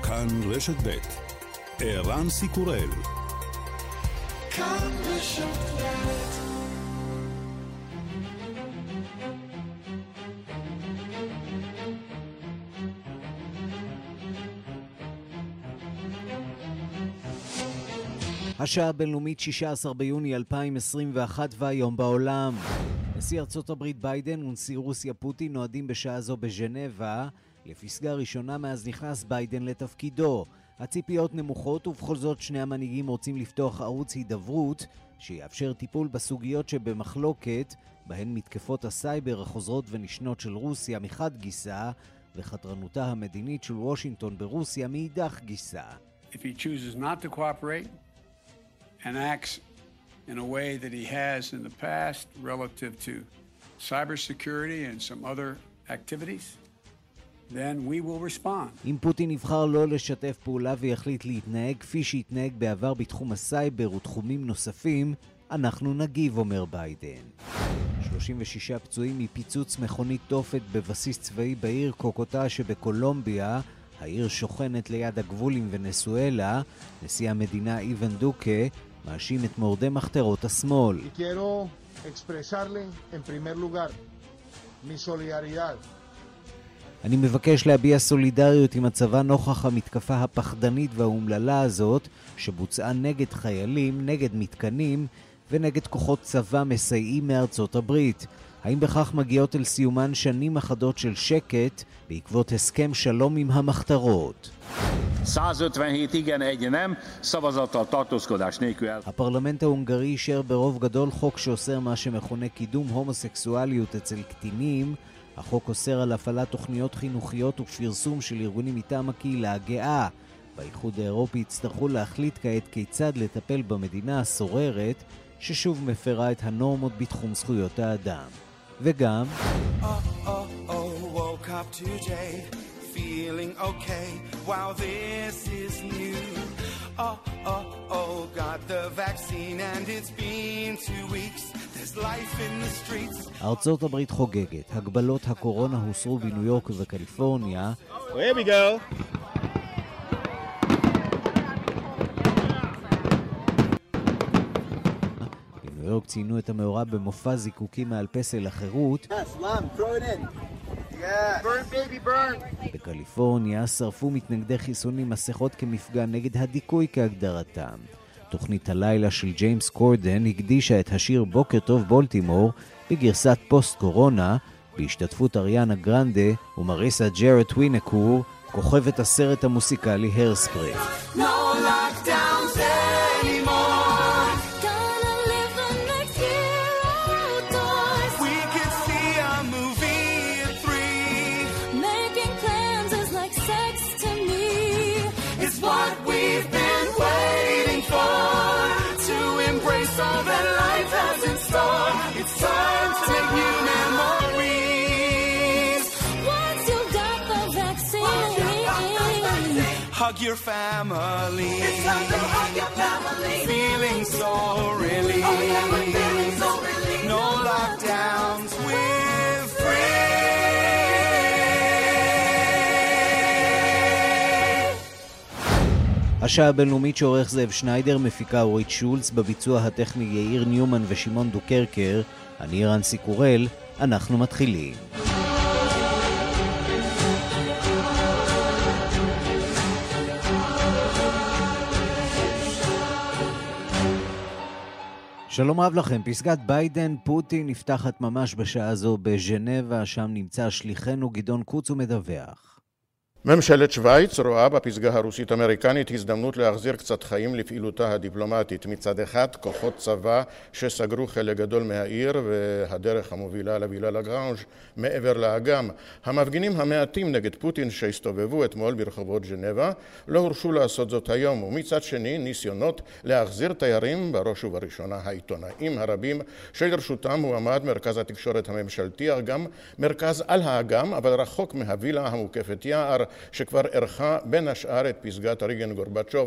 כאן רשת ב' ערן סיקורל. כאן רשת ב'. השעה הבינלאומית 16 ביוני 2021 והיום בעולם. נשיא ארצות הברית ביידן ונשיא רוסיה פוטין נועדים בשעה זו בז'נבה, לפסגה ראשונה מאז נכנס ביידן לתפקידו. הציפיות נמוכות ובכל זאת שני המנהיגים רוצים לפתוח ערוץ הידברות שיאפשר טיפול בסוגיות שבמחלוקת, בהן מתקפות הסייבר החוזרות ונשנות של רוסיה מחד גיסה, וחתרנותה המדינית של וושינגטון ברוסיה מאידך גיסה. If he chooses not to cooperate and acts in a way that he has in the past relative to cybersecurity and some other activities, then we will respond. אם פוטין יבחר לא לשתף פעולה ויחליט להתנהג כפי שהתנהג בעבר בתחום הסייבר ותחומים נוספים, אנחנו נגיב, אומר ביידן. 36 פצועים מפיצוץ מכונית תופת בבסיס צבאי בעיר קוקוטה שבקולומביה. העיר שוכנת ליד הגבול עם ונסואלה. נשיא המדינה איוון דוקה מאשים את מורדי מחתרות השמאל. quiero expresarle en primer lugar mi solidaridad. אני מבקש להביע סולידריות עם הצבא נוכח המתקפה הפחדנית והאומללה הזאת שבוצעה נגד חיילים, נגד מתקנים ונגד כוחות צבא מסייעים מארצות הברית. האם בכך מגיעות אל סיומן שנים אחדות של שקט בעקבות הסכם שלום עם המחתרות? 157 igen, egy nem, szavazattal tartózkodás nélkül. הפרלמנט ההונגרי אישר ברוב גדול חוק שאוסר מה שמכונה קידום הומוסקסואליות אצל קטינים. החוק אוסר על הפעלת תוכניות חינוכיות ופרסום של ארגונים מטעם הקהילה הגאה. באיחוד האירופי הצטרכו להחליט כעת כיצד לטפל במדינה הסוררת ששוב מפרה את הנורמות בתחום זכויות האדם. וגם woke up today feeling okay wow this is new got the vaccine and it's been 2 weeks there's life in the streets. ארצות הברית חוגגת. הגבלות הקורונה הוסרו בניו יורק ובקליפורניה. Here we go. בניו יורק ציינו את המאורע במופע זיקוקים מעל פסל החירות. בקליפורניה שרפו מתנגדי חיסונים מסכות כמפגע נגד הדיכוי כהגדרתם. תוכנית הלילה של ג'יימס קורדן הקדישה את השיר בוקר טוב בולטימור בגרסת פוסט קורונה בהשתתפות אריאנה גרנדה ומריסה ג'רט ווינקור, כוכבת הסרט המוסיקלי הרספרי. Hug your family. It's time to hug your family. Feeling so relieved. Oh yeah, we're feeling so relieved. No lockdowns, we're free. השעה הבינלאומית שעורך זאב שניידר, מפיקה אורית שולץ, בביצוע הטכני יאיר ניומן ושמעון דוקרקר. אני ערן סיקורל, אנחנו מתחילים. שלום רב לכם. פסגת ביידן פוטין נפתחת ממש בשעה זו בז'נבה, שם נמצא שליחנו גדעון קוץ ומדווח. ממשלת שוויץ רואה בפסגה הרוסית-אמריקנית הזדמנות להחזיר קצת חיים לפעילותה הדיפלומטית. מצד אחד, כוחות צבא שסגרו חלק גדול מהעיר והדרך המובילה לווילה לגרנז' מעבר לאגם. המפגינים המעטים נגד פוטין שהסתובבו אתמול ברחובות ז'נבה לא הורשו לעשות זאת היום, ומצד שני ניסיונות להחזיר תיירים, בראש ובראשונה העיתונאים הרבים שלרשותם הועמד מרכז התקשורת הממשלתי, גם מרכז על האגם אבל רחוק מהווילה המוקפת יער שכבר ערכה בין השאר את פסגת ריגן גורבצ'וב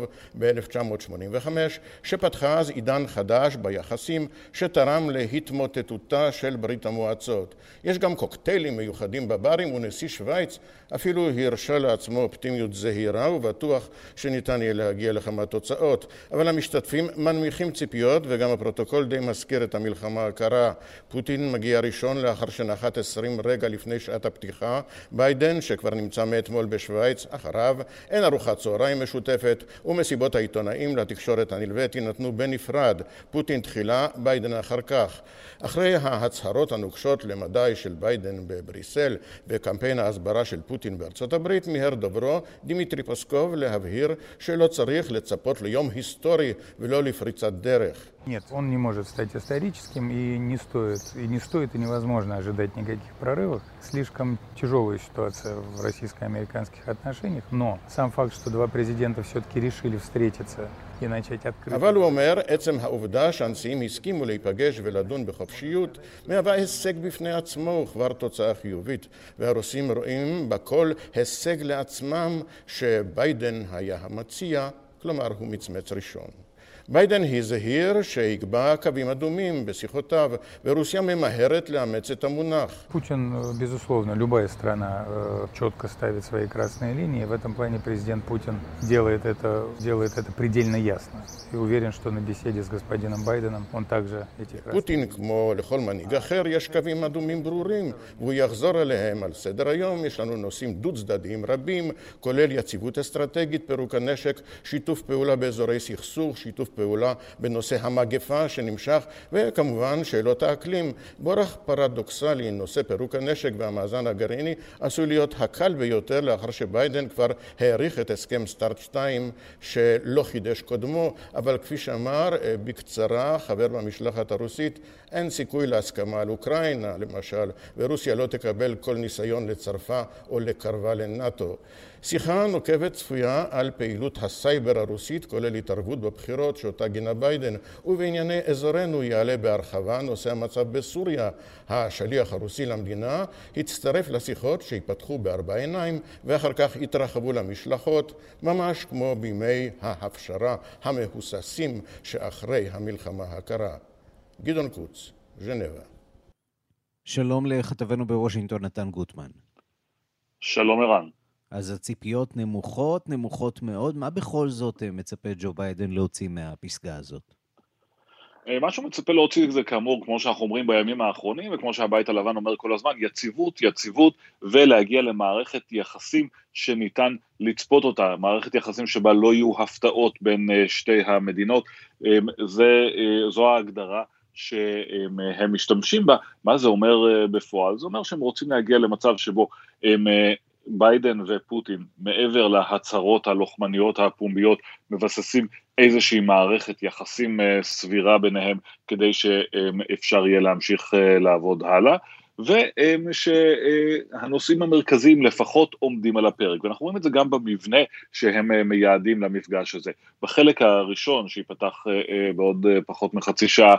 ב-1985, שפתחה אז עידן חדש ביחסים שתרם להתמוטטותה של ברית המועצות. יש גם קוקטיילים מיוחדים בברים, ונשיא שוויץ אפילו הרשה לעצמו אופטימיות זהירה ובטוח שניתן יהיה להגיע לכמה תוצאות. אבל המשתתפים מנמיכים ציפיות, וגם הפרוטוקול די מזכיר את המלחמה הקרה. פוטין מגיע ראשון לאחר שנחת 20 רגע לפני שעת הפתיחה. ביידן, שכבר נמצא מאתמול בשוויץ, אחריו. אין ארוחת צהריים משותפת, ומסיבות העיתונאים לתקשורת הנלווית יינתנו בנפרד. פוטין תחילה, ביידן אחר כך. אחרי ההצהרות הנוקשות למדי של ביידן בבריסל וקמפיין ההסברה של פוטין בארצות הברית, מיהר דוברו דימיטרי פסקוב להבהיר שלא צריך לצפות ליום היסטורי ולא לפריצת דרך. Нет, он не может стать историческим, и не стоит и невозможно ожидать никаких прорывов. Слишком тяжелая ситуация в российско-американских отношениях, но сам факт, что два президента все-таки решили встретиться и начать открыто... אבל הוא אומר, עצם העובדה שהנשיאים הסכימו להיפגש ולדון בחופשיות, מהווה הישג בפני עצמו וכבר תוצאה חיובית. והרוסים רואים בכל הישג לעצמם שביידן היה המציע, כלומר הוא מצמץ ראשון. ביידן הזהיר שיקבע קווים אדומים בשיחותיו, ורוסיה ממהרת לאמץ את המונח. Путин, безусловно, любая страна четко ставит свои красные линии. В этом плане президент Путин делает это предельно ясно. И уверен, что на беседе с господином Байденом он также эти красные... פוטין, כמו לכל מנהיג אחר, יש קווים אדומים ברורים, והוא יחזור עליהם על סדר היום. יש לנו נושאים דו-צדדיים רבים, כולל יציבות אסטרטגית, פירוק הנשק, שיתוף פעולה באזורי סכסוך, שיתוף פעולה בנושא המגפה שנמשך, וכמובן שאלות האקלים. באורח פרדוקסלי, נושא פירוק הנשק והמאזן הגרעיני עשוי להיות הקל ביותר לאחר שביידן כבר העריך את הסכם סטארט 2 שלא חידש קודמו, אבל כפי שאמר בקצרה חבר במשלחת הרוסית, אין סיכוי להסכמה על אוקראינה למשל, ורוסיה לא תקבל כל ניסיון לצרפה או לקרבה לנאטו. שיחה נוקבת צפויה על פעילות הסייבר הרוסית, כולל התערבות בבחירות שאותה גינה ביידן, ובענייני אזורנו יעלה בהרחבה נושא המצב בסוריה. השליח הרוסי למדינה הצטרף לשיחות שיפתחו בארבע עיניים, ואחר כך התרחבו למשלחות, ממש כמו בימי ההפשרה המהוססים שאחרי המלחמה הקרה. גדעון קוץ, ז'נבה. שלום לכתבנו בוושינגטון נתן גוטמן. שלום ערן. אז הציפיות נמוכות מאוד. מה בכל זאת מצפה ג'ו ביידן להוציא מהפסגה הזאת? מה שהוא מצפה להוציא זה כאמור, כמו שאנחנו אומרים בימים האחרונים, וכמו שהבית הלבן אומר כל הזמן, יציבות, ולהגיע למערכת יחסים שניתן לצפות אותה, מערכת יחסים שבה לא יהיו הפתעות בין שתי המדינות. זו ההגדרה שהם משתמשים בה. מה זה אומר בפועל? זה אומר שהם רוצים להגיע למצב שבו ביידן ופוטין, מעבר להצהרות הלוחמניות הפומביות, מבססים איזושהי מערכת יחסים סבירה ביניהם, כדי שאפשר יהיה להמשיך לעבוד הלאה, ושהנושאים המרכזיים לפחות עומדים על הפרק, ואנחנו רואים את זה גם במבנה שהם מייעדים למפגש הזה. בחלק הראשון, שיפתח בעוד פחות מחצי שעה,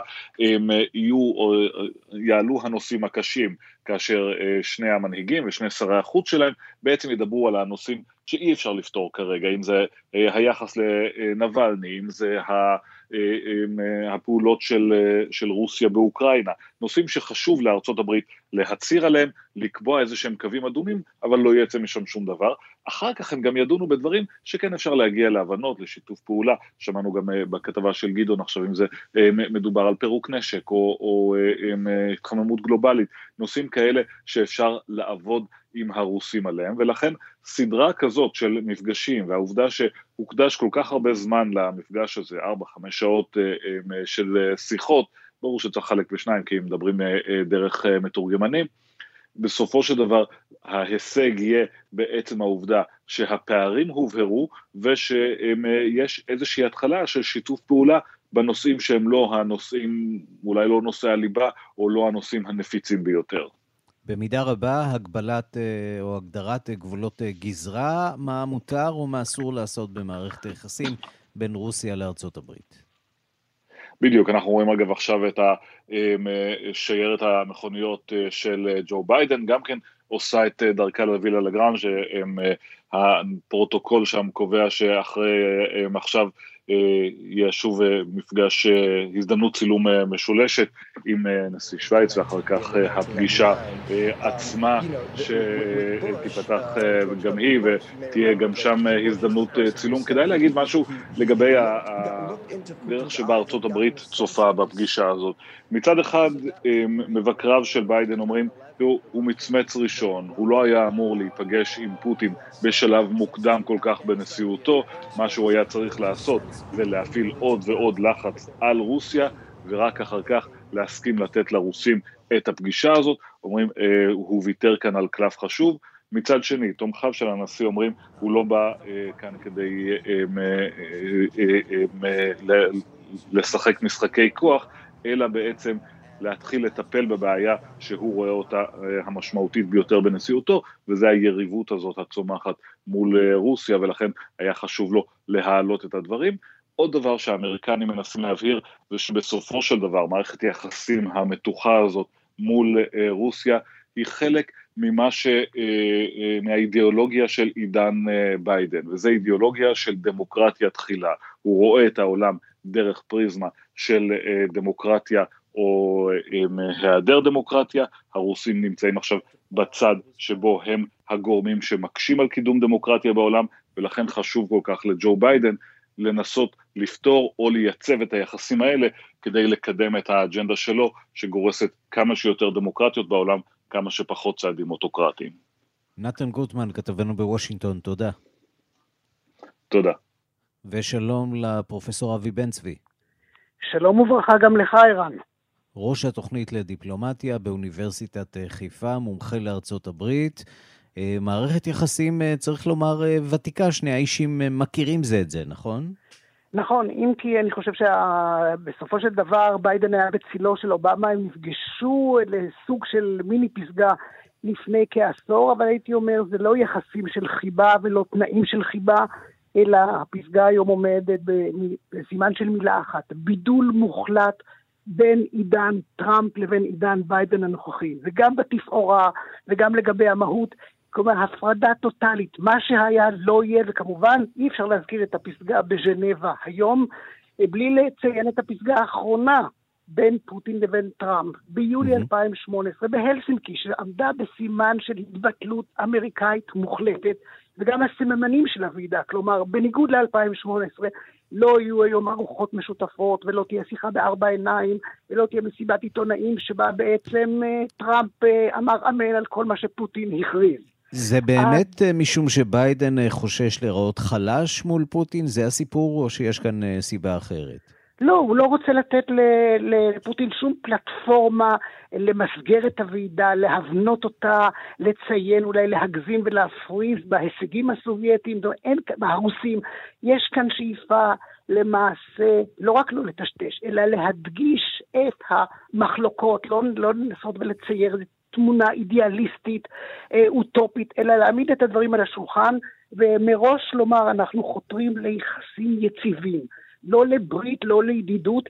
יעלו הנושאים הקשים, כאשר שני המנהיגים ושני שרי החוץ שלהם בעצם ידברו על הנושאים שאי אפשר לפתור כרגע, אם זה היחס לנבלני, אם זה הפעולות של רוסיה באוקראינה, נושאים שחשוב לארצות הברית להצהיר עליהם, לקבוע איזה שהם קווים אדומים, אבל לא יצא משם שום דבר. אחר כך הם גם ידונו בדברים שכן אפשר להגיע להבנות, לשיתוף פעולה. שמענו גם בכתבה של גדעון עכשיו, אם זה מדובר על פירוק נשק או התחממות גלובלית, נושאים כאלה שאפשר לעבוד עם הרוסים עליהם, ולכן סדרה כזאת של מפגשים, והעובדה שהוקדש כל כך הרבה זמן למפגש הזה, 4-5 שעות של שיחות, ברור שצריך חלק בשניים, כי הם מדברים דרך מתורגמנים, בסופו של דבר ההישג יהיה בעצם העובדה שהפערים הובהרו, ושיש איזושהי התחלה של שיתוף פעולה, בנושאים שהם לא הנושאים, אולי לא נושאי הליבה, או לא הנושאים הנפיצים ביותר. במידה רבה, הגבלת או הגדרת גבולות גזרה, מה מותר ומה אסור לעשות במערכת היחסים בין רוסיה לארצות הברית. בדיוק, אנחנו רואים אגב עכשיו את שיירת המכוניות של ג'ו ביידן, גם כן עושה את דרכה לווילה לגרנז', הפרוטוקול שם קובע שאחרי עכשיו יהיה שוב מפגש, הזדמנות צילום משולשת עם נשיא שוויץ, ואחר כך הפגישה עצמה שתיפתח גם היא, ותהיה גם שם הזדמנות צילום. כדאי להגיד משהו לגבי הדרך שבה ארצות הברית צופה בפגישה הזאת. מצד אחד, מבקריו של ביידן אומרים, הוא מצמץ ראשון, הוא לא היה אמור להיפגש עם פוטין בשלב מוקדם כל כך בנשיאותו, מה שהוא היה צריך לעשות זה להפעיל עוד ועוד לחץ על רוסיה, ורק אחר כך להסכים לתת לרוסים את הפגישה הזאת. אומרים, הוא ויתר כאן על קלף חשוב. מצד שני, תומכיו של הנשיא אומרים, הוא לא בא כאן כדי לשחק משחקי כוח, אלא בעצם להתחיל לטפל בבעיה שהוא רואה אותה המשמעותית ביותר בנשיאותו, וזה היריבות הזאת הצומחת מול רוסיה, ולכן היה חשוב לו להעלות את הדברים. עוד דבר שהאמריקנים מנסים להבהיר, זה שבסופו של דבר מערכת היחסים המתוחה הזאת מול רוסיה, היא חלק מהאידיאולוגיה של עידן ביידן, וזה אידיאולוגיה של דמוקרטיה תחילה. הוא רואה את העולם דרך פריזמה של דמוקרטיה או היעדר דמוקרטיה. הרוסים נמצאים עכשיו בצד שבו הם הגורמים שמקשים על קידום דמוקרטיה בעולם, ולכן חשוב כל כך לג'ו ביידן לנסות לפתור או לייצב את היחסים האלה כדי לקדם את האג'נדה שלו, שגורסת כמה שיותר דמוקרטיות בעולם, כמה שפחות צעדים אוטוקרטיים. נתן גוטמן, כתבנו בוושינגטון, תודה. תודה. ושלום לפרופסור אבי בן צבי. שלום וברכה גם לך, ערן. ראש התוכנית לדיפלומטיה באוניברסיטת חיפה, מומחה לארצות הברית. מערכת יחסים, צריך לומר, ותיקה, שני האישים מכירים זה את זה, נכון? נכון, אם כי אני חושב שבסופו של דבר ביידן היה בצילו של אובמה, הם נפגשו לסוג של מיני פסגה לפני כעשור, אבל הייתי אומר, זה לא יחסים של חיבה ולא תנאים של חיבה, אלא הפסגה היום עומדת בסימן של מילה אחת, בידול מוחלט בין עידן טראמפ לבין עידן ביידן הנוכחי, וגם בתפאורה וגם לגבי המהות, כלומר הפרדה טוטלית, מה שהיה לא יהיה, וכמובן אי אפשר להזכיר את הפסגה בז'נבה היום, בלי לציין את הפסגה האחרונה בין פוטין לבין טראמפ, ביולי 2018 בהלסינקי, שעמדה בסימן של התבטלות אמריקאית מוחלטת, וגם הסממנים של הוועידה, כלומר בניגוד ל-2018, לא יהיו היום ארוחות משותפות, ולא תהיה שיחה בארבע עיניים, ולא תהיה מסיבת עיתונאים, שבה בעצם טראמפ אמר אמן על כל מה שפוטין הכריז. זה באמת משום שביידן חושש לראות חלש מול פוטין? זה הסיפור או שיש כאן סיבה אחרת? לא, הוא לא רוצה לתת לפוטין שום פלטפורמה למסגר את הוועידה, להבנות אותה, לציין, אולי להגזים ולהפריז בהישגים הסובייטיים, הרוסים. יש כאן שאיפה למעשה, לא רק לא לטשטש, אלא להדגיש את המחלוקות, לא לנסות ולצייר תמונה אידיאליסטית, אוטופית, אלא להעמיד את הדברים על השולחן, ומראש לומר, אנחנו חותרים ליחסים יציבים. לא לברית, לא לידידות,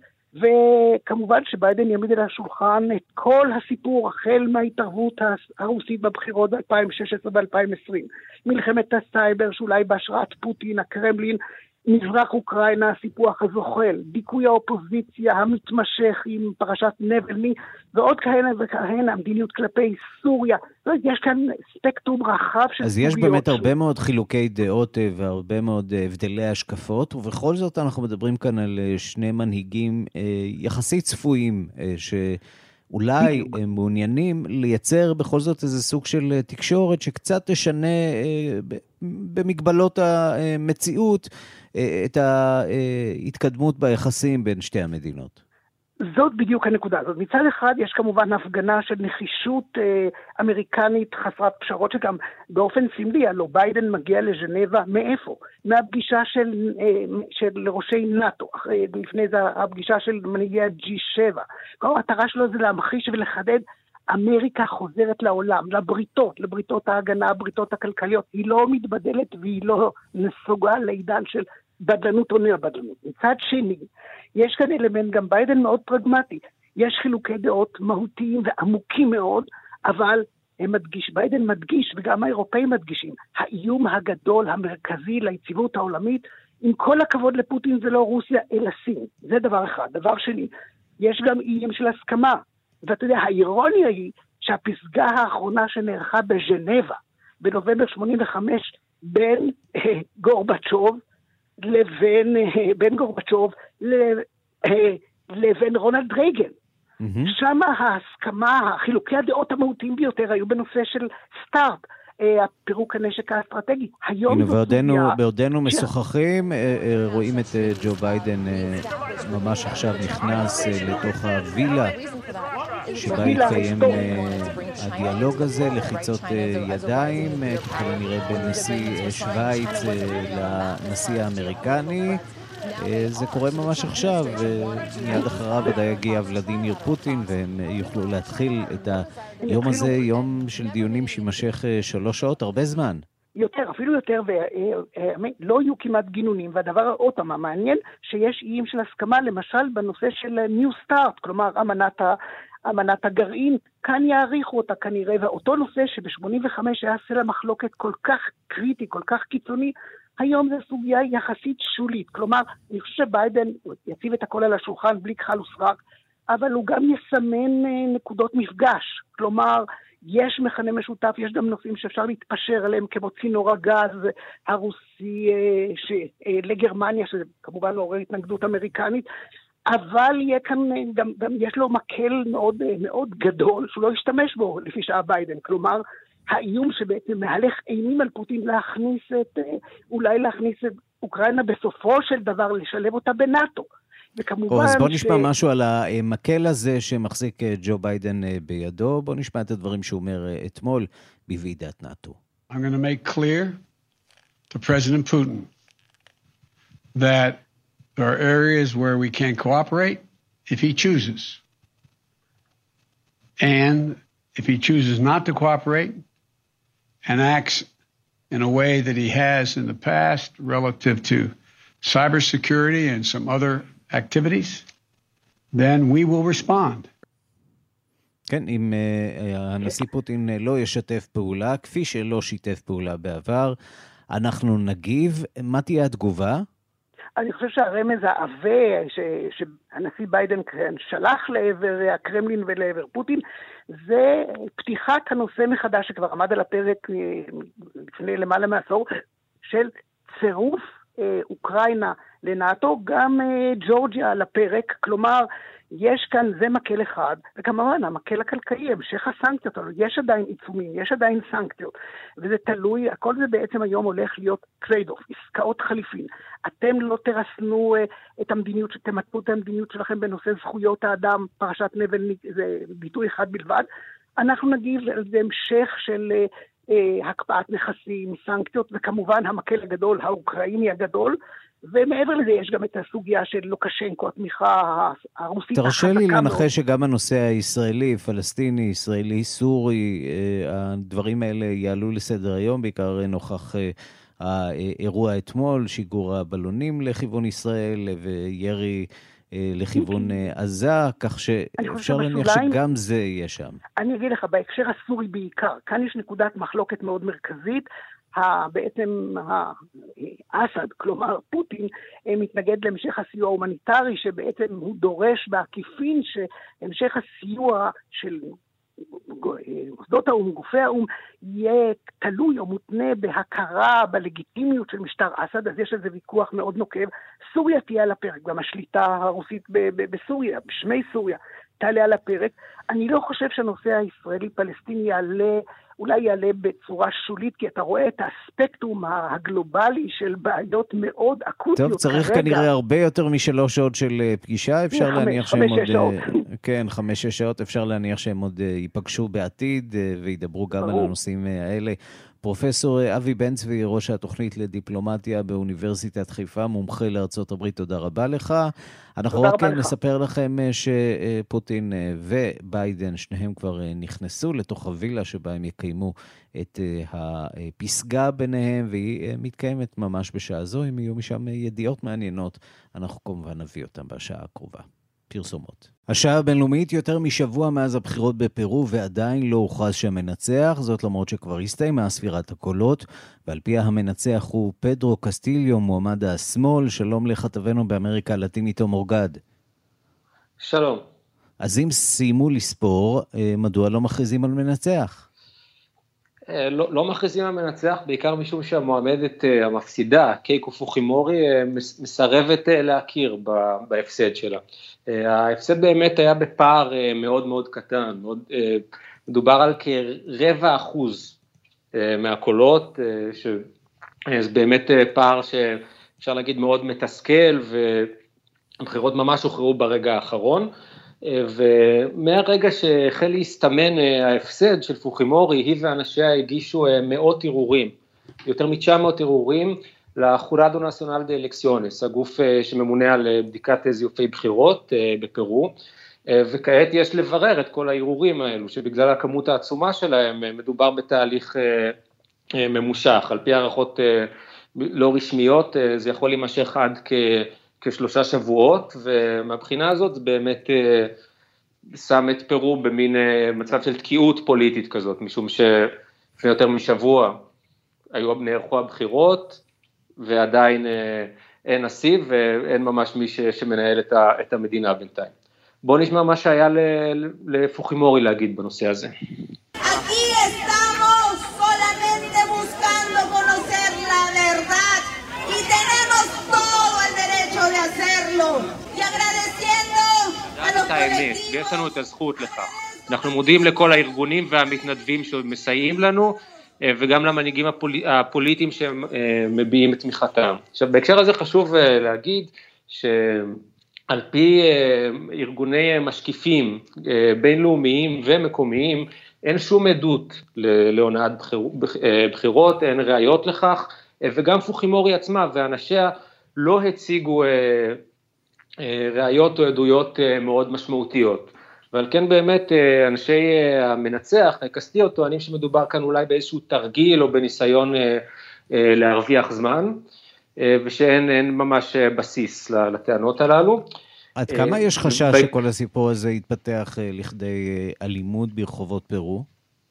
וכמובן שביידן יעמיד על השולחן את כל הסיפור, החל מההתערבות הרוסית בבחירות ב-2016 ו-2020, מלחמת הסייבר שאולי בהשראת פוטין, הקרמלין, מזרח אוקראינה, הסיפוח הזוחל, דיכוי האופוזיציה המתמשך עם פרשת נבלני, ועוד כהנה וכהנה, המדיניות כלפי סוריה. יש כאן ספקטרום רחב של אז יש באמת הרבה מאוד חילוקי דעות והרבה מאוד הבדלי השקפות, ובכל זאת אנחנו מדברים כאן על שני מנהיגים יחסית צפויים, שאולי הם מעוניינים לייצר בכל זאת איזה סוג של תקשורת שקצת תשנה במגבלות המציאות את ההתקדמות ביחסים בין שתי המדינות. זאת בדיוק הנקודה הזאת. מצד אחד יש כמובן הפגנה של נחישות אמריקנית חסרת פשרות, שגם באופן סמלי, הלא ביידן מגיע לז'נבה, מאיפה? מהפגישה של ראשי נאטו, לפני זה הפגישה של מנהיגי ה-G7. המטרה שלו זה להמחיש ולחדד, אמריקה חוזרת לעולם, לבריתות ההגנה, הבריתות הכלכליות, היא לא מתבדלת והיא לא נסוגה לעידן של בדלנות או נאבדלנות. מצד שני, יש כאן אלמנט גם ביידן מאוד פרגמטי, יש חילוקי דעות מהותיים ועמוקים מאוד, אבל ביידן מדגיש, וגם האירופאים מדגישים, האיום הגדול, המרכזי ליציבות העולמית, עם כל הכבוד לפוטין זה לא רוסיה, אלא סין. זה דבר אחד. דבר שני, יש גם איום של הסכמה. ואתה יודע, האירוניה היא שהפסגה האחרונה שנערכה בז'נבה, בנובמבר 85, בין גורבצ'וב לבין רונלד רייגן. שם ההסכמה, חילוקי הדעות המהותיים ביותר היו בנושא של סטארט, פירוק הנשק האסטרטגי. היום בעודנו משוחחים, רואים את ג'ו ביידן ממש עכשיו נכנס לתוך הווילה שבה יתקיים הדיאלוג הזה, לחיצות ידיים, ככל הנראה בין נשיא שוויץ לנשיא האמריקני. זה קורה ממש עכשיו, ומיד אחריו ודאי יגיע ולדימיר פוטין, והם יוכלו להתחיל את היום הזה, יום של דיונים שימשך 3 שעות, הרבה זמן. יותר, אפילו יותר, ולא יהיו כמעט גינונים, והדבר אותם המעניין, שיש איים של הסכמה, למשל בנושא של New Start, כלומר אמנת הגרעין, כאן יעריכו אותה כנראה, ואותו נושא שב-85 היה סלע מחלוקת כל כך קריטי, כל כך קיצוני, היום זו סוגיה יחסית שולית. כלומר, אני חושב שביידן יציב את הכל על השולחן בלי כחל וסרק, אבל הוא גם יסמן נקודות מפגש. כלומר, יש מכנה משותף, יש גם נושאים שאפשר להתפשר עליהם, כמו צינור הגז הרוסי לגרמניה, שזה כמובן מעורר התנגדות אמריקנית, אבל יהיה כאן, גם יש לו מקל מאוד, מאוד גדול, שהוא לא ישתמש בו לפי שעה ביידן. כלומר, האיום שבעצם מהלך אימים על פוטין אולי להכניס את אוקראינה בסופו של דבר, לשלב אותה בנאטו. וכמובן אז בוא נשמע משהו על המקל הזה שמחזיק ג'ו ביידן בידו. בוא נשמע את הדברים שהוא אומר אתמול בוועידת נאטו. I'm going to make clear to President Putin that there are areas where we can't cooperate if he chooses. And if he chooses not to cooperate and acts in a way that he has in the past relative to cybersecurity and some other activities, then we will respond. כן, אם הנשיא פוטין לא ישתף פעולה, כפי שלא שיתף פעולה בעבר, אנחנו נגיב. מה תהיה התגובה? אני חושב שהרמז העווה שהנשיא ביידן שלח לעבר הקרמלין ולעבר פוטין, זה פתיחת הנושא מחדש שכבר עמד על הפרק לפני למעלה מעשור, של צירוף אוקראינה לנאטו, גם ג'ורג'יה על הפרק. כלומר, יש כאן, זה מקל אחד, וכמובן המקל הכלכלי, המשך הסנקציות, יש עדיין עיצומים, יש עדיין סנקציות, וזה תלוי, הכל זה בעצם היום הולך להיות טרייד-אוף, עסקאות חליפין. אתם לא תרסנו את המדיניות, תמתפו את המדיניות שלכם בנושא זכויות האדם, פרשת נבל, זה ביטוי אחד בלבד. אנחנו נגיב על זה המשך של הקפאת נכסים, סנקציות, וכמובן המקל הגדול, האוקראיני הגדול, ומעבר לזה יש גם את הסוגיה של לוקשנקו, התמיכה הרוסית. תרשה לי לנחש שגם הנושא הישראלי, פלסטיני, ישראלי, סורי, הדברים האלה יעלו לסדר היום, בעיקר נוכח האירוע אתמול, שיגור הבלונים לכיוון ישראל וירי לכיוון עזה, כך שאפשר להניח שגם זה יהיה שם. אני אגיד לך, בהקשר הסורי בעיקר, כאן יש נקודת מחלוקת מאוד מרכזית, בעצם אסד, כלומר פוטין, מתנגד להמשך הסיוע ההומניטרי, שבעצם הוא דורש בעקיפין שהמשך הסיוע של מוסדות האום, גופי האום, יהיה תלוי או מותנה בהכרה בלגיטימיות של משטר אסד. אז יש איזה ויכוח מאוד נוקב. סוריה תהיה על הפרק, גם השליטה הרוסית בסוריה, בשמי סוריה, תעלה על הפרק. אני לא חושב שהנושא הישראלי-פלסטיני אולי יעלה בצורה שולית, כי אתה רואה את האספקטום הגלובלי של בעיות מאוד אקוטיות. טוב, צריך כנראה הרבה יותר מ3 שעות של פגישה, אפשר להניח שהם עוד... כן, 5-6 שעות, אפשר להניח שהם עוד ייפגשו בעתיד, וידברו גם על הנושאים האלה. פרופסור אבי בן צבי, ראש התוכנית לדיפלומטיה באוניברסיטת חיפה, מומחה לארצות הברית, תודה רבה לך. אנחנו רק נספר לכם שפוטין וביידן, שניהם כבר נכנסו לתוך הווילה שבה הם יקיימו את הפסגה ביניהם, והיא מתקיימת ממש בשעה זו. אם יהיו משם ידיעות מעניינות, אנחנו כמובן נביא אותם בשעה הקרובה. פרסומות. השעה הבינלאומית יותר משבוע מאז הבחירות בפרו ועדיין לא הוכרז שהמנצח, זאת למרות שכבר הסתיימה ספירת הקולות, ועל פי המנצח הוא פדרו קסטיליו, מועמד השמאל. שלום לכתבנו באמריקה הלטינית תום אורגד. שלום. אז אם סיימו לספור, מדוע לא מכריזים על מנצח? לא מכריזים על מנצח, בעיקר משום שהמועמדת המפסידה, קייקו פוחימורי, מסרבת להכיר בהפסד שלה. ההפסד באמת היה בפער מאוד מאוד קטן, מדובר על כ0.25% מהקולות, שזה באמת פער שאפשר להגיד מאוד מתסכל, והבחירות ממש הוכרעו ברגע האחרון, ומהרגע שהחל להסתמן ההפסד של פוחימורי, היא ואנשיה הגישו מאות ערעורים, יותר מ-900 ערעורים, לחורדו נציונל דה אלקסיונס, הגוף שממונה על בדיקת זיופי בחירות בפרו, וכעת יש לברר את כל הערעורים האלו, שבגלל הכמות העצומה שלהם מדובר בתהליך ממושך, על פי הערכות לא רשמיות, זה יכול להימשך עד כ3 שבועות, ומהבחינה הזאת זה באמת שם את פרו במין מצב של תקיעות פוליטית כזאת, משום שלפני יותר משבוע נערכו הבחירות, ועדיין אין נשיא ואין ממש מי שמנהל את המדינה בינתיים. בואו נשמע מה שהיה לפוחימורי להגיד בנושא הזה. Aquí estamos solamente buscando conocer la verdad y tenemos todo el derecho de hacerlo y agradeciendo a los colectivos. ויש לנו את הזכות לכך. אנחנו מודים לכל הארגונים והמתנדבים שמסייעים לנו, וגם למנהיגים הפוליטיים שמביעים את תמיכתם. עכשיו, בהקשר הזה חשוב להגיד שעל פי ארגוני משקיפים בינלאומיים ומקומיים, אין שום עדות להונאת בחירות, אין ראיות לכך, וגם פוחימורי עצמה ואנשיה לא הציגו ראיות או עדויות מאוד משמעותיות. ועל כן באמת אנשי המנצח, קסטיליו, טוענים שמדובר כאן אולי באיזשהו תרגיל או בניסיון להרוויח זמן, ושאין ממש בסיס לטענות הללו. עד כמה יש חשש שכל הסיפור הזה יתפתח לכדי אלימות ברחובות פרו?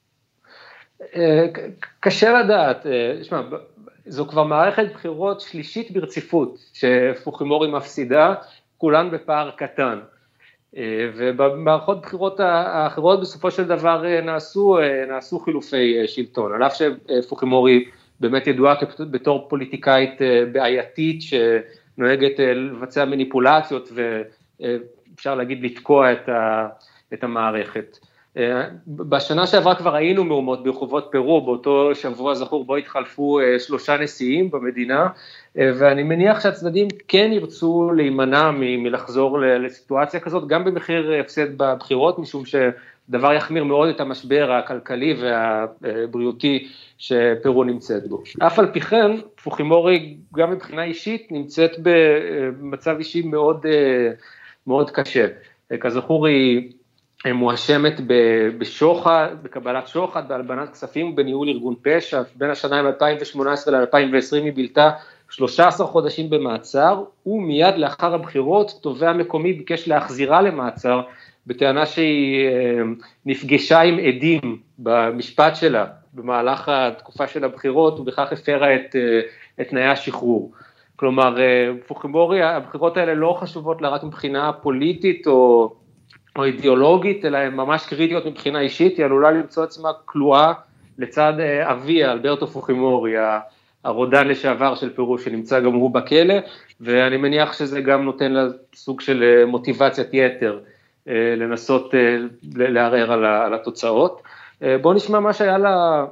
קשה לדעת, שמע, זו כבר מערכת בחירות שלישית ברציפות, שפוחימורי מפסידה, כולן בפער קטן. ובמערכות בחירות האחרות בסופו של דבר נעשו חילופי שלטון, על אף שפוחימורי באמת ידועה בתור פוליטיקאית בעייתית שנוהגת לבצע מניפולציות ואפשר להגיד לתקוע את המערכת. בשנה שעברה כבר היינו מהומות ברחובות פרו, באותו שבוע זכור בו התחלפו 3 נשיאים במדינה, ואני מניח שהצדדים כן ירצו להימנע מלחזור לסיטואציה כזאת, גם במחיר הפסד בבחירות, משום שדבר יחמיר מאוד את המשבר הכלכלי והבריאותי שפרו נמצאת בו. אף על פי כן, פוחימורי גם מבחינה אישית נמצאת במצב אישי מאוד, מאוד קשה. כזכור היא מואשמת בשוחד, בקבלת שוחד, בהלבנת כספים ובניהול ארגון פשע. בין השנים 2018 ל-2020 היא בילתה 13 חודשים במעצר, ומיד לאחר הבחירות תובע מקומי ביקש להחזירה למעצר, בטענה שהיא נפגשה עם עדים במשפט שלה, במהלך התקופה של הבחירות, ובכך הפרה את תנאי השחרור. כלומר, פוחימורי, הבחירות האלה לא חשובות לה רק מבחינה פוליטית או אידיאולוגית, אלא הן ממש קריטיות מבחינה אישית, היא עלולה למצוא עצמה כלואה לצד אביה, אלברטו פוחימורי, הרודן לשעבר של פרו, שנמצא גם הוא בכלא, ואני מניח שזה גם נותן לה סוג של מוטיבציית יתר, לנסות לערער על התוצאות. בואו נשמע מה שהיה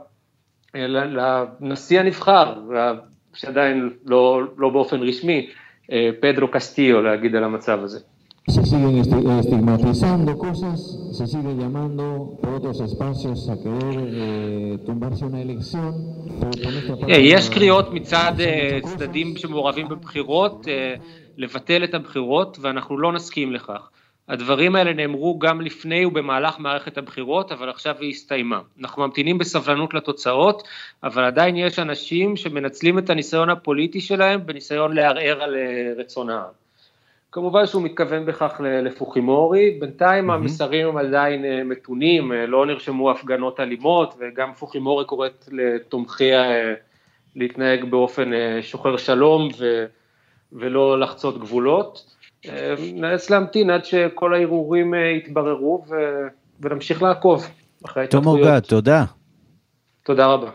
לנשיא הנבחר, שעדיין לא באופן רשמי, פדרו קסטיליו, להגיד על המצב הזה. Se siguen estigmatizando cosas, se sigue llamando por otros espacios a querer tumbarse una elección. יש קריאות מצד צדדים שמעורבים בבחירות, לבטל את הבחירות, ואנחנו לא נסכים לכך. הדברים האלה נאמרו גם לפני ובמהלך מערכת הבחירות, אבל עכשיו היא הסתיימה. אנחנו ממתינים בסבלנות לתוצאות, אבל עדיין יש אנשים שמנצלים את הניסיון הפוליטי שלהם, בניסיון לערער על רצון העם. כמובן שהוא מתכוון בכך לפוחימורי, בינתיים המסרים הם עדיין מתונים, לא נרשמו הפגנות אלימות, וגם פוחימורי קוראת לתומכיה להתנהג באופן שוחר שלום ולא לחצות גבולות. נאלץ להמתין עד שכל הערעורים יתבררו ונמשיך לעקוב אחרי ההתפתחויות. תום אורגד, תודה. תודה רבה.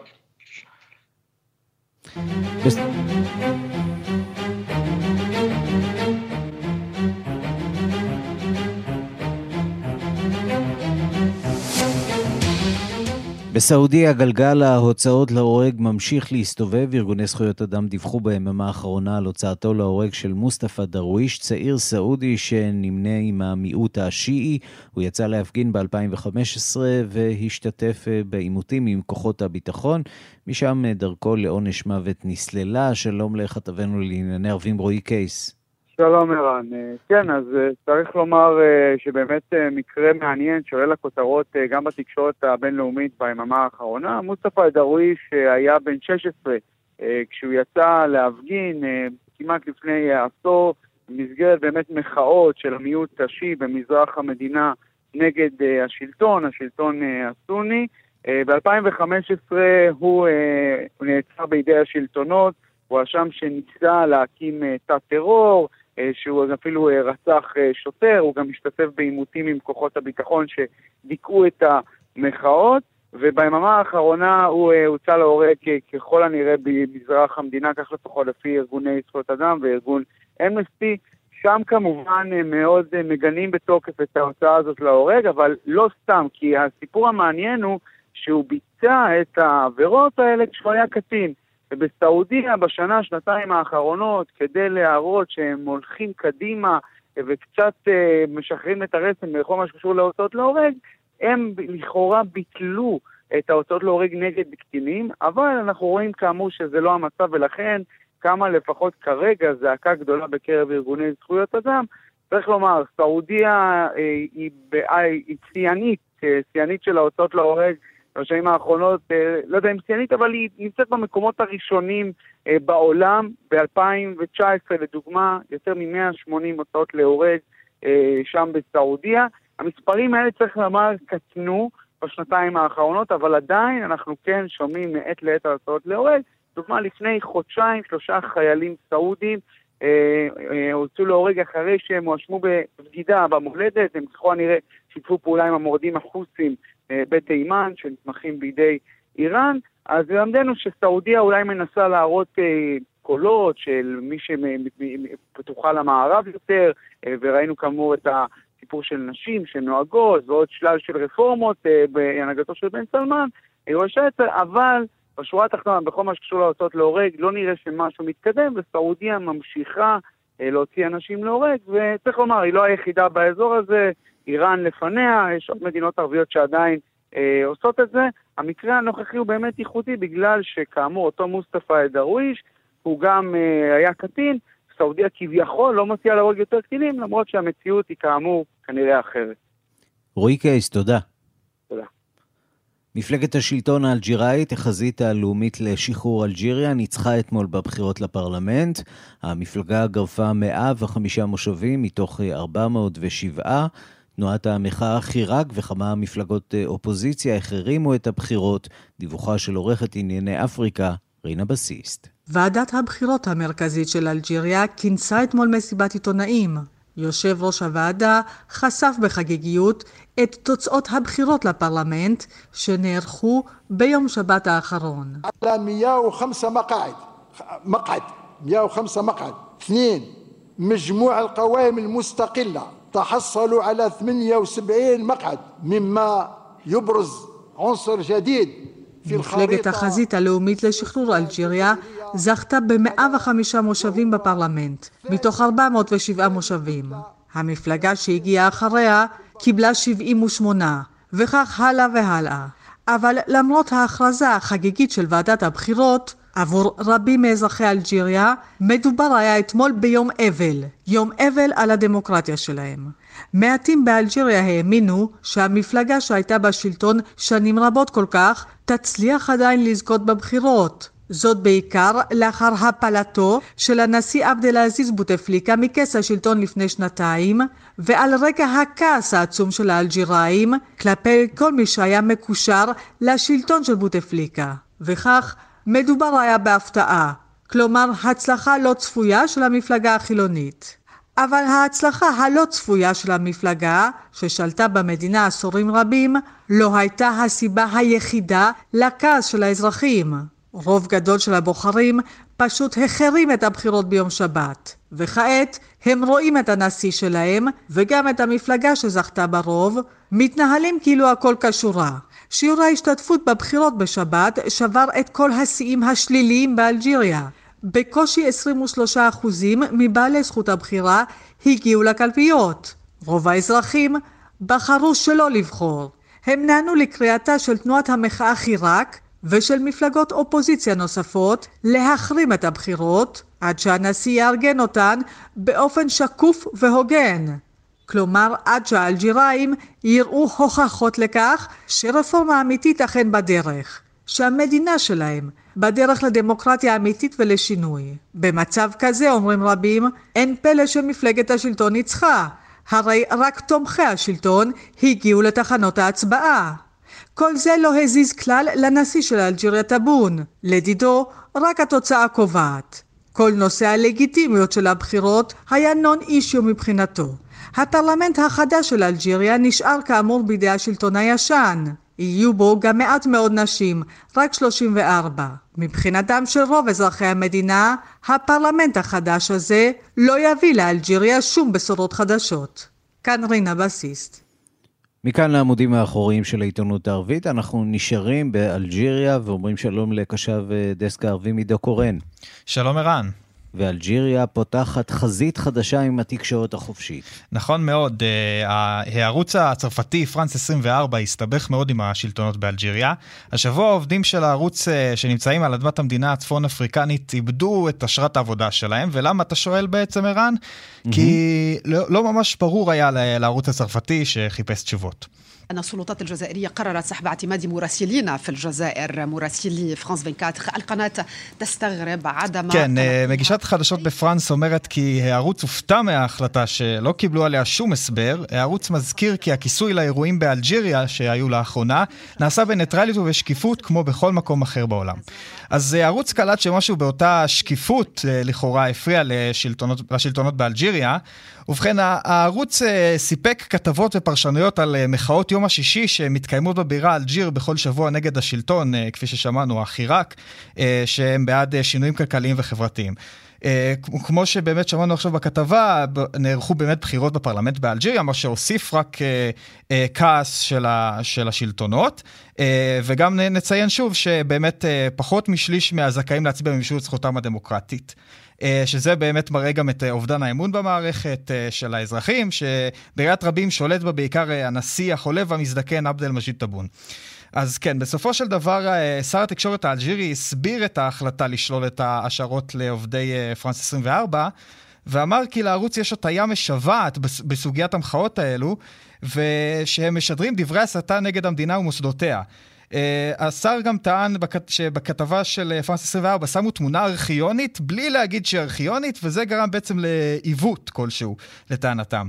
בסעודיה גלגל ההוצאות להורג ממשיך להסתובב. ארגוני זכויות אדם דיווחו ביממה האחרונה על הוצאתו להורג של מוסטפא דרוויש, צעיר סעודי שנמנה עם המיעוט השיעי. הוא יצא להפגין ב-2015 והשתתף בעימותים עם כוחות הביטחון. משם דרכו לעונש מוות נסללה. שלום לכתבנו לענייני ערבים רועי קייס. שלום ערן. כן, אז צריך לומר שבאמת מקרה מעניין שעולה לכותרות גם בתקשורת הבינלאומית ביממה האחרונה. מוסטפא דרוויש היה בן 16 כשהוא יצא להפגין כמעט לפני עשור במסגרת באמת מחאות של המיעוט השיעי במזרח המדינה נגד השלטון הסוני. ב-2015 הוא נעצר בידי השלטונות, הוא האשם שניסה להקים תא טרור, שהוא אפילו רצח שוטר, הוא גם משתתף בעימותים עם כוחות הביטחון שדיכאו את המחאות, וביממה האחרונה הוא הוצא להורג ככל הנראה במזרח המדינה, כך לפחות לפי ארגוני זכויות אדם וארגון אמנסטי. שם כמובן מאוד מגנים בתוקף את ההוצאה הזאת להורג, אבל לא סתם, כי הסיפור המעניין הוא שהוא ביצע את העבירות האלה כשהוא היה קטין. ובסעודיה שנתיים האחרונות, כדי להראות שהם הולכים קדימה וקצת משחררים את הרסן בכל מה שקשור להוצאות להורג, הם לכאורה ביטלו את ההוצאות להורג נגד קטינים, אבל אנחנו רואים כאמור שזה לא המצב, ולכן כמה לפחות כרגע זעקה גדולה בקרב ארגוני זכויות אדם. צריך לומר, סעודיה היא ציינית של ההוצאות להורג, בשנים האחרונות, לא יודע אם ציינית, אבל היא נמצאת במקומות הראשונים בעולם. ב-2019 לדוגמה, יותר מ-180 הוצאות להורג שם בסעודיה. המספרים האלה צריך לומר קטנו בשנתיים האחרונות, אבל עדיין אנחנו כן שומעים מעת לעת ההוצאות להורג. דוגמה, לפני חודשיים 3 חיילים סעודים הוצאו להורג אחרי שהם הואשמו בבגידה במולדת. הם ככל הנראה שיתפו פעולה עם המורדים החוסים בתימן שנתמכים בידי איראן. אז למדנו שסעודיה אולי מנסה להראות קולות של מי שפתוחה למערב יותר, וראינו כאמור את הסיפור של נשים שנוהגות ועוד שלל של רפורמות בהנהגתו של בן סלמן, אבל בשורה התחתונה בכל מה שקשור להוצאות להורג לא נראה שמשהו מתקדם, וסעודיה ממשיכה להוציא אנשים להורג, וצריך לומר, היא לא היחידה באזור הזה, איראן לפניה, יש עוד מדינות ערביות שעדיין עושות את זה. המקרה הנוכחי הוא באמת ייחודי, בגלל שכאמור אותו מוסטפא דרוויש, הוא גם היה קטין, סעודיה כביכול לא מציעה להורג יותר קטינים, למרות שהמציאות היא כאמור כנראה אחרת. רועי קייס, תודה. תודה. מפלגת השלטון האלג'יראית, החזית הלאומית לשחרור אלג'יריה, ניצחה אתמול בבחירות לפרלמנט. המפלגה גרפה 105 מושבים מתוך 407. תנועת המחאה חיראק וכמה מפלגות אופוזיציה החרימו את הבחירות. דיווחה של עורכת ענייני אפריקה, רינה בסיסט. ועדת הבחירות המרכזית של אלג'יריה כינסה אתמול מסיבת עיתונאים. יושב ראש הוועדה חשף בחגיגיות את תוצאות הבחירות לפרלמנט שנערכו ביום שבת האחרון. על 105 مقعد 2 مجموع القوائم المستقلة تحصلوا على 78 مقعد مما يبرز عنصر جديد في מפלגת החזית הלאומית לשחרור אלג'יריה זכתה ב-105 מושבים בפרלמנט, מתוך 407 מושבים. המפלגה שהגיעה אחריה קיבלה 78, וכך הלאה והלאה. אבל למרות ההכרזה החגיגית של ועדת הבחירות, עבור רבים מאזרחי אלג'יריה מדובר היה אתמול ביום אבל, יום אבל על הדמוקרטיה שלהם. מעטים באלג'יריה האמינו שהמפלגה שהייתה בשלטון שנים רבות כל כך תצליח עדיין לזכות בבחירות. זאת בעיקר לאחר הפלתו של הנשיא עבדאלעזיז בוטפליקה מכס השלטון לפני שנתיים, ועל רקע הכעס העצום של האלג'יראים כלפי כל מי שהיה מקושר לשלטון של בוטפליקה. וכך מדובר היה בהפתעה, כלומר הצלחה לא צפויה של המפלגה החילונית. אבל ההצלחה הלא צפויה של המפלגה, ששלטה במדינה עשורים רבים, לא הייתה הסיבה היחידה לכעס של האזרחים. רוב גדול של הבוחרים פשוט החרים את הבחירות ביום שבת, וכעת הם רואים את הנשיא שלהם וגם את המפלגה שזכתה ברוב, מתנהלים כאילו הכל קשורה. שיעור ההשתתפות בבחירות בשבת שבר את כל השיאים השליליים באלג'יריה. בקושי 23% מבעלי זכות הבחירה הגיעו לקלפיות. רוב האזרחים בחרו שלא לבחור. הם נענו לקריאתה של תנועת המחאה חיראק ושל מפלגות אופוזיציה נוספות להחרים את הבחירות, עד שהנשיא יארגן אותן באופן שקוף והוגן. כלומר, עד שהאלג'יראים יראו הוכחות לכך שרפורמה אמיתית אכן בדרך, שהמדינה שלהם בדרך לדמוקרטיה אמיתית ולשינוי. במצב כזה, אומרים רבים, אין פלא שמפלגת השלטון ניצחה, הרי רק תומכי השלטון הגיעו לתחנות ההצבעה. כל זה לא הזיז כלל לנשיא של אלג'יריה טאבון, לדידו רק התוצאה קובעת. כל נושא הלגיטימיות של הבחירות היה נון אישיו מבחינתו. הפרלמנט החדש של אלג'יריה נשאר כאמור בידי השלטון הישן. יהיו בו גם מעט מאוד נשים, רק 34. מבחינתם של רוב אזרחי המדינה, הפרלמנט החדש הזה לא יביא לאלג'יריה שום בשורות חדשות. כאן רינה בסיסט. מכאן לעמודים האחוריים של העיתונות הערבית, אנחנו נשארים באלג'יריה ואומרים שלום לקשב דסק הערבי מידו קורן. שלום ערן. ואלג'יריה פותחת חזית חדשה עם התקשורת החופשית. נכון מאוד, הערוץ הצרפתי פרנס 24 הסתבך מאוד עם השלטונות באלג'יריה. השבוע העובדים של הערוץ שנמצאים על אדמת המדינה הצפון אפריקנית איבדו את אשרת העבודה שלהם, ולמה אתה שואל בעצם ערן? כי לא ממש ברור היה לערוץ הצרפתי שחיפש תשובות. أن السلطات الجزائرية قررت سحب اعتماد مراسلين في الجزائر مراسلي فرانس 24 القناة تستغرب عدم כן, מגישת חדשות בפרנס אומרת כי הערוץ הופתע מההחלטה שלא קיבלו עליה שום הסבר. הערוץ מזכיר כי הכיסוי לאירועים באלג'יריה שהיו לאחרונה נעשה בניטרליות ובשקיפות כמו בכל מקום אחר בעולם. אז הערוץ קלט שמשהו באותה שקיפות לכאורה הפריע לשלטונות באלג'יריה. ובכן, הערוץ סיפק כתבות ופרשנויות על מחאות יום השישי שמתקיימות בבירה אלג'יר בכל שבוע נגד השלטון, כפי ששמענו, החיראק, שהם בעד שינויים כלכליים וחברתיים. כמו שבאמת שמענו עכשיו בכתבה, נערכו באמת בחירות בפרלמנט באלג'יריה, מה שהוסיף רק כעס של השלטונות, וגם נציין שוב שבאמת פחות משליש מהזכאים להצביע במישור זכותם הדמוקרטית. שזה באמת מראה גם את אובדן האמון במערכת של האזרחים, שבעיריית רבים שולט בה בעיקר הנשיא החולה והמזדקן עבדאלמג'יד טאבון. אז כן, בסופו של דבר שר התקשורת האלג'ירי הסביר את ההחלטה לשלול את ההשערות לעובדי פרנס 24, ואמר כי לערוץ יש הטיה משוועת בסוגיית המחאות האלו, ושהם משדרים דברי הסתה נגד המדינה ומוסדותיה. השר גם טען שבכתבה של פרנס 24 שמו תמונה ארכיונית בלי להגיד שהיא ארכיונית, וזה גרם בעצם לעיוות כלשהו לטענתם.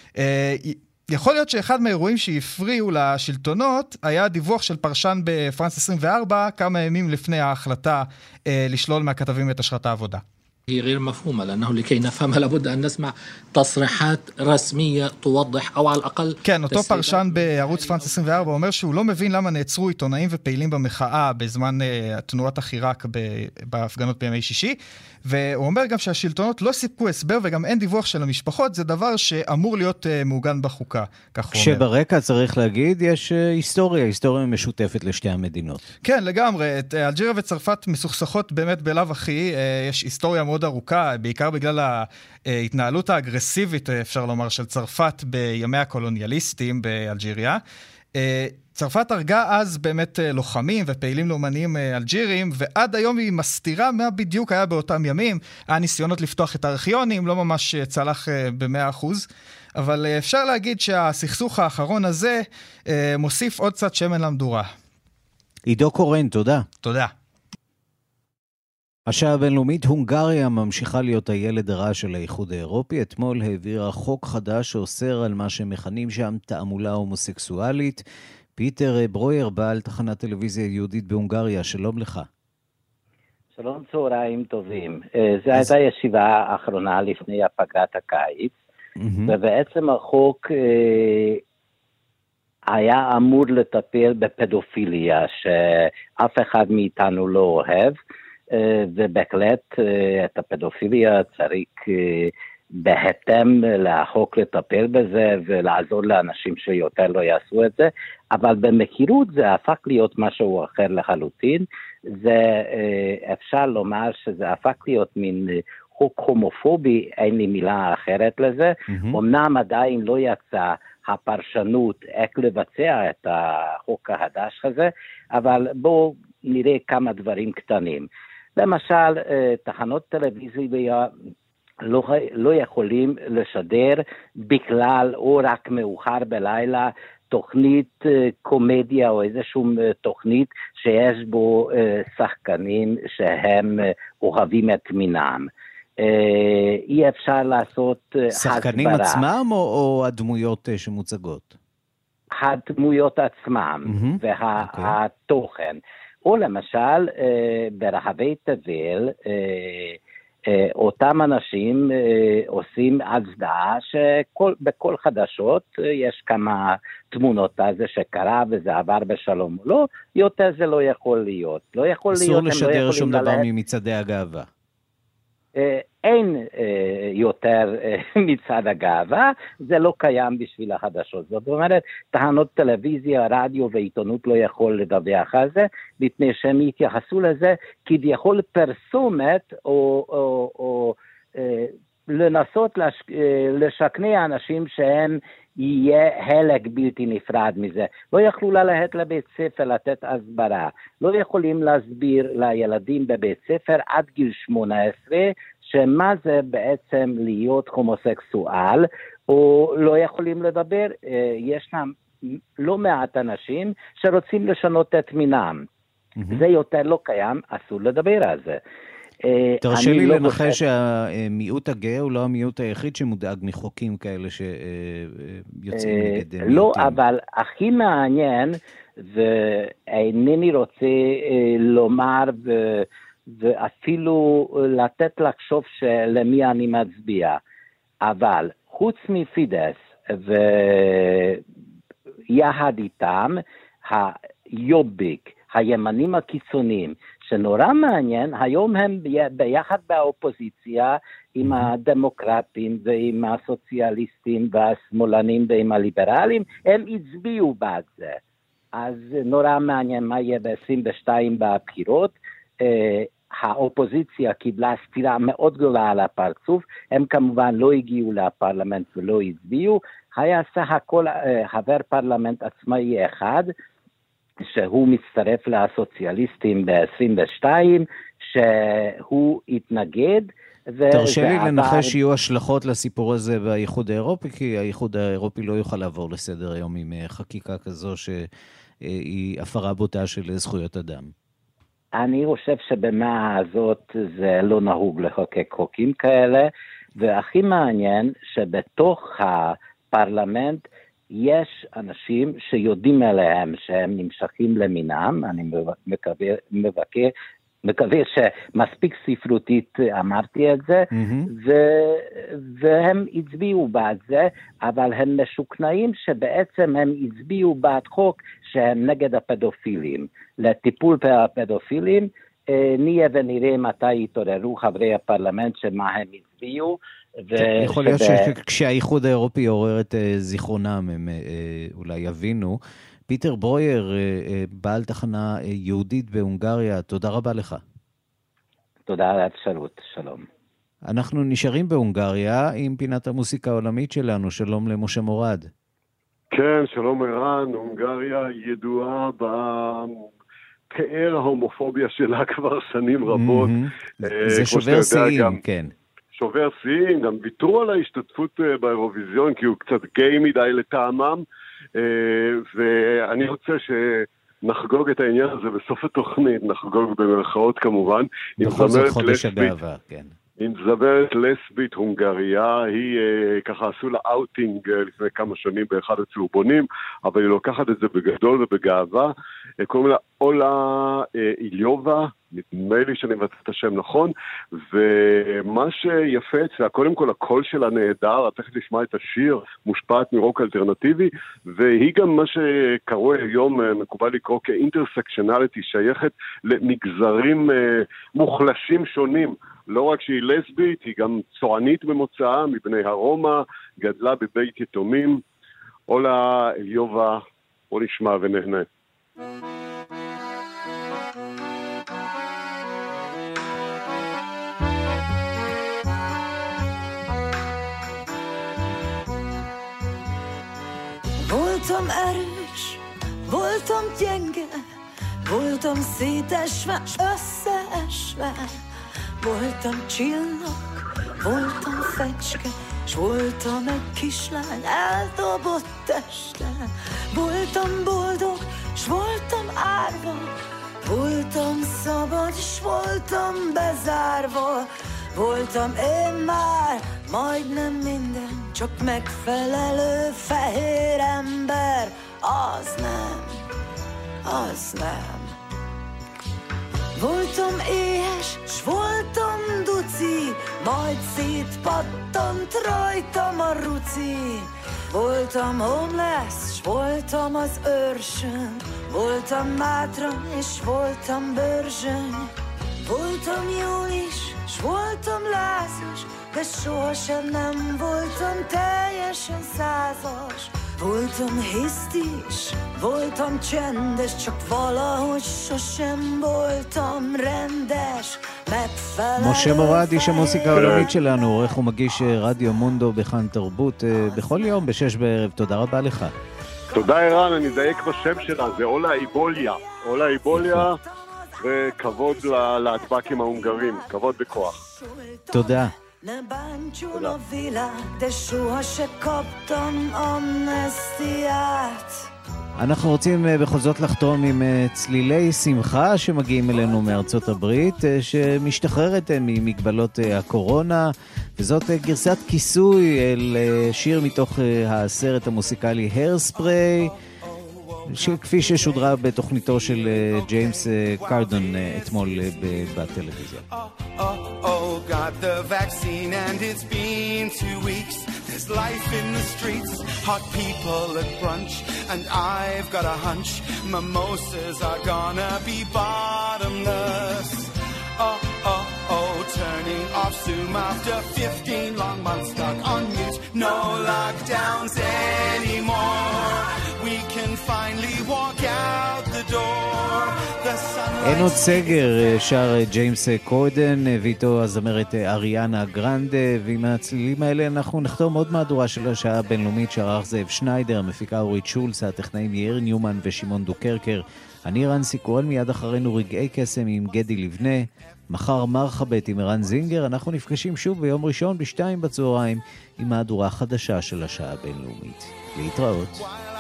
יכול להיות שאחד מהאירועים שהפריעו לשלטונות היה דיווח של פרשן בפרנס 24 כמה ימים לפני ההחלטה לשלול מהכתבים את אשרת העבודה. هي غير مفهومة لأنه لكي نفهمها لابد أن نسمع تصريحات رسمية توضح أو على الأقل כן, אותו פרשן בערוץ פרנס 24 אומר שהוא לא מבין למה נעצרו עיתונאים ופעילים במחאה בזמן תנועת החיראק בהפגנות בימי שישי, והוא אומר גם שהשלטונות לא סיפקו הסבר וגם אין דיווח של המשפחות, זה דבר שאמור להיות מעוגן בחוקה, כך הוא אומר. שברקע צריך להגיד, יש היסטוריה משותפת לשתי המדינות. כן, לגמרי, אלג'יריה וצרפת מסוכסכות באמת בלב אחי, יש היסטוריה מאוד ארוכה, בעיקר בגלל ההתנהלות האגרסיבית, אפשר לומר, של צרפת בימי הקולוניאליסטים באלג'יריה. צרפת הרגה אז באמת לוחמים ופעילים לאומניים אלג'ירים, ועד היום היא מסתירה מה בדיוק היה באותם ימים. היה ניסיונות לפתוח את הארכיונים, לא ממש צלח ב100%, אבל אפשר להגיד שהסכסוך האחרון הזה מוסיף עוד קצת שמן למדורה. עידו קורן, תודה. תודה. השעה הבינלאומית, הונגריה ממשיכה להיות הילד הרע של האיחוד האירופי. אתמול העבירה חוק חדש שאוסר על מה שמכנים שם תעמולה הומוסקסואלית. פיטר ברויר, בעל תחנת טלוויזיה יהודית בהונגריה, שלום לך. שלום, צהריים טובים. זו הייתה ישיבה האחרונה לפני הפגרת הקיץ, ובעצם החוק היה אמור לטפל בפדופיליה שאף אחד מאיתנו לא אוהב, ובהחלט את הפדופיליה צריך בהתאם לחוק לטפל בזה ולעזור לאנשים שיותר לא יעשו את זה, אבל במהירות זה הפך להיות משהו אחר לחלוטין. זה אפשר לומר שזה הפך להיות מין חוק הומופובי, אין לי מילה אחרת לזה. אמנם עדיין לא יצא הפרשנות איך לבצע את החוק החדש הזה, אבל בואו נראה כמה דברים קטנים. למשל, תחנות טלוויזיה לא יכולים לשדר בכלל או רק מאוחר בלילה תוכנית קומדיה או איזשהו תוכנית שיש בו שחקנים שהם אוהבים את מינם. אי אפשר לעשות שחקנים הסברה. עצמם או הדמויות שמוצגות? הדמויות עצמם והתוכן. או למשל ברחבי תבל, אותם אנשים עושים הצדעה שבכל חדשות יש כמה תמונות על זה שקרה וזה עבר בשלום או לא, יותר זה לא יכול להיות. אסור לשדר שום דבר ממצעדי הגאווה. אין יותר מצד הגאווה, זה לא קיים בשביל החדשות. זאת אומרת, תחנות טלוויזיה, רדיו ועיתונות לא יכול לדווח על זה, מפני שהם יתייחסו לזה כביכול פרסומת או לנסות לשכנע אנשים שהם יהיה חלק בלתי נפרד מזה. לא יכלו ללכת לבית ספר לתת הסברה, לא יכולים להסביר לילדים בבית ספר עד גיל 18 שמה זה בעצם להיות הומוסקסואל, או לא יכולים לדבר. ישנם לא מעט אנשים שרוצים לשנות את מינם. זה יותר לא קיים, אסור לדבר על זה. תרשה לי לנחש שהמיעוט הגאה הוא לא המיעוט היחיד שמודאג מחוקים כאלה שיוצאים נגד מיעוטים. לא, אבל הכי מעניין, ואינני רוצה לומר ואפילו לתת לחשוב למי אני מצביע, אבל חוץ מפידס ויחד איתם היוביק, הימנים הקיצוניים, שנורא מעניין, היום הם ביחד באופוזיציה עם הדמוקרטים ועם הסוציאליסטים והשמאלנים ועם הליברלים, הם הצביעו בעד זה. אז נורא מעניין מה יהיה ב-22 בבחירות. האופוזיציה קיבלה סתירה מאוד גדולה על הפרצוף, הם כמובן לא הגיעו לפרלמנט ולא הצביעו, היה סך הכל חבר פרלמנט עצמאי אחד, שהוא מצטרף לסוציאליסטים ב-22, שהוא התנגד. תרשה לי לנחש שיהיו השלכות לסיפור הזה באיחוד האירופי, כי האיחוד האירופי לא יוכל לעבור לסדר היום עם חקיקה כזו שהיא הפרה בוטה של זכויות אדם. אני חושב שבמה הזאת זה לא נהוג לחוקק חוקים כאלה, והכי מעניין שבתוך הפרלמנט יש אנשים שיודעים עליהם שהם נמשכים למינם, אני מקווה שמספיק ספרותית אמרתי את זה, והם הצביעו בעד זה, אבל הם משוכנעים שבעצם הם הצביעו בעד חוק שהם נגד הפדופילים. לטיפול בפדופילים, נהיה ונראה מתי יתעוררו חברי הפרלמנט שמה הם הצביעו. יכול להיות שכשהאיחוד האירופי יעורר את זיכרונם, הם אולי יבינו. פיטר ברויר, בעל תחנה יהודית בהונגריה, תודה רבה לך. תודה על האפשרות, שלום. אנחנו נשארים בהונגריה עם פינת המוסיקה העולמית שלנו. שלום למשה מורד. כן, שלום ערן. הונגריה ידועה בפאר ההומופוביה שלה כבר שנים רבות. זה שובר שיאים, כן. שובר שיאים, גם ויתרו על ההשתתפות באירוויזיון, כי הוא קצת גיי מדי לטעמם, ואני רוצה נחגוג את העניין הזה בסוף התוכנית, נחגוג במרכאות כמובן. בכל זאת חודש הגאווה, כן. עם זמרת לסבית הונגריה, היא ככה עשו לה אאוטינג לפני כמה שנים באחד הצהובונים, אבל היא לוקחת את זה בגדול ובגאווה. קוראים לה אולה איליובה, נדמה לי שאני מבטא את השם נכון, ומה שיפה אצלה, קודם כל הקול שלה נהדר, תכף נשמע את השיר, מושפעת מרוק אלטרנטיבי, והיא גם מה שקרוי היום מקובל לקרוא כאינטרסקשנליטי, שייכת למגזרים מוחלשים שונים, לא רק שהיא לסבית, היא גם צוענית במוצאה, מבני הרומא, גדלה בבית יתומים. אולה איליובה, בוא נשמע ונהנה. Voltam erős, voltam gyenge, voltam szétesve, összeesve, voltam csillag, voltam fecske, s voltam egy kislány eldobott teste. Voltam boldog, s voltam árva, voltam szabad, s voltam bezárva. Voltam én már majdnem minden, csak megfelelő fehér ember. Az nem, az nem. Voltam éhes, s voltam duci, majd szétpattant rajtam a ruci. Voltam homeless, s voltam az őrsön, voltam mátram, és voltam bőrzsöny. Voltam jól is, s voltam lázas, de sohasem nem voltam teljesen százas. Voltam hisztis, voltam csendes, csak valahogy sosem voltam rendes. משה מורד, איש המוסיקה העולמית שלנו, עורך ומגיש רדיו מונדו בכאן תרבות בכל יום ב-6 בערב. תודה רבה לך. תודה ערן, אני דייק בשם שלה, זה אולה איבוליה. אולה איבוליה, וכבוד להטבקים ההונגרים, כבוד בכוח. תודה. אנחנו רוצים בכל זאת לחתום עם צלילי שמחה שמגיעים אלינו מארצות הברית, שמשתחררת ממגבלות הקורונה, וזאת גרסת כיסוי אל שיר מתוך הסרט המוסיקלי הרספריי, כפי ששודרה בתוכניתו של ג'יימס קרדון אתמול בטלוויזיה. Got the vaccine and it's been 2 weeks. There's life in the streets, hot people at brunch, and I've got a hunch mimosas are gonna be bottomless. Turning off Zoom after 15 long months stuck on mute. No lockdowns anymore. We can finally walk out the door. אין עוד סגר, שר ג'יימס קורדן, ואיתו הזמרת אריאנה גרנדה, ועם הצלילים האלה אנחנו נחתום עוד מהדורה של השעה הבינלאומית שערך זאב שניידר, המפיקה אורית שולץ, הטכנאים יאיר ניומן ושמעון דוקרקר. אני רנסי קורן, מיד אחרינו רגעי קסם עם גדי לבנה, מחר מרחבת עם ערן זינגר. אנחנו נפגשים שוב ביום ראשון ב-2 בצהריים עם מהדורה חדשה של השעה הבינלאומית. להתראות.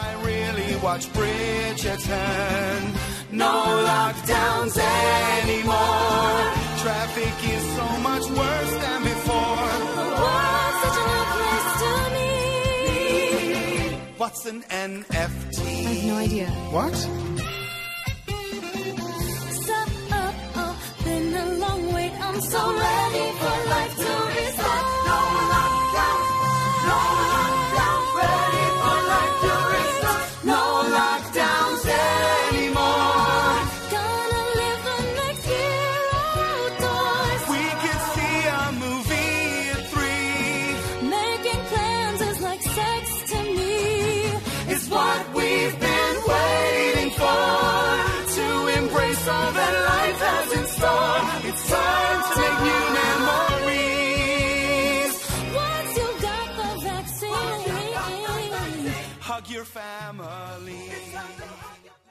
No lockdowns anymore. Traffic is so much worse than before. The world's such a new place to me. What's an NFT? I have no idea. What? Been a long wait. I'm so ready for life to restart. No lockdowns. No lockdowns. Ready for life to restart. No lockdowns anymore. Gonna live the next year outdoors. We could see a movie at 3. Making plans is like sex to me. It's what we've been waiting for. To embrace all that life has in store. It's time to make new memories. Once you got the vaccine, hug your family.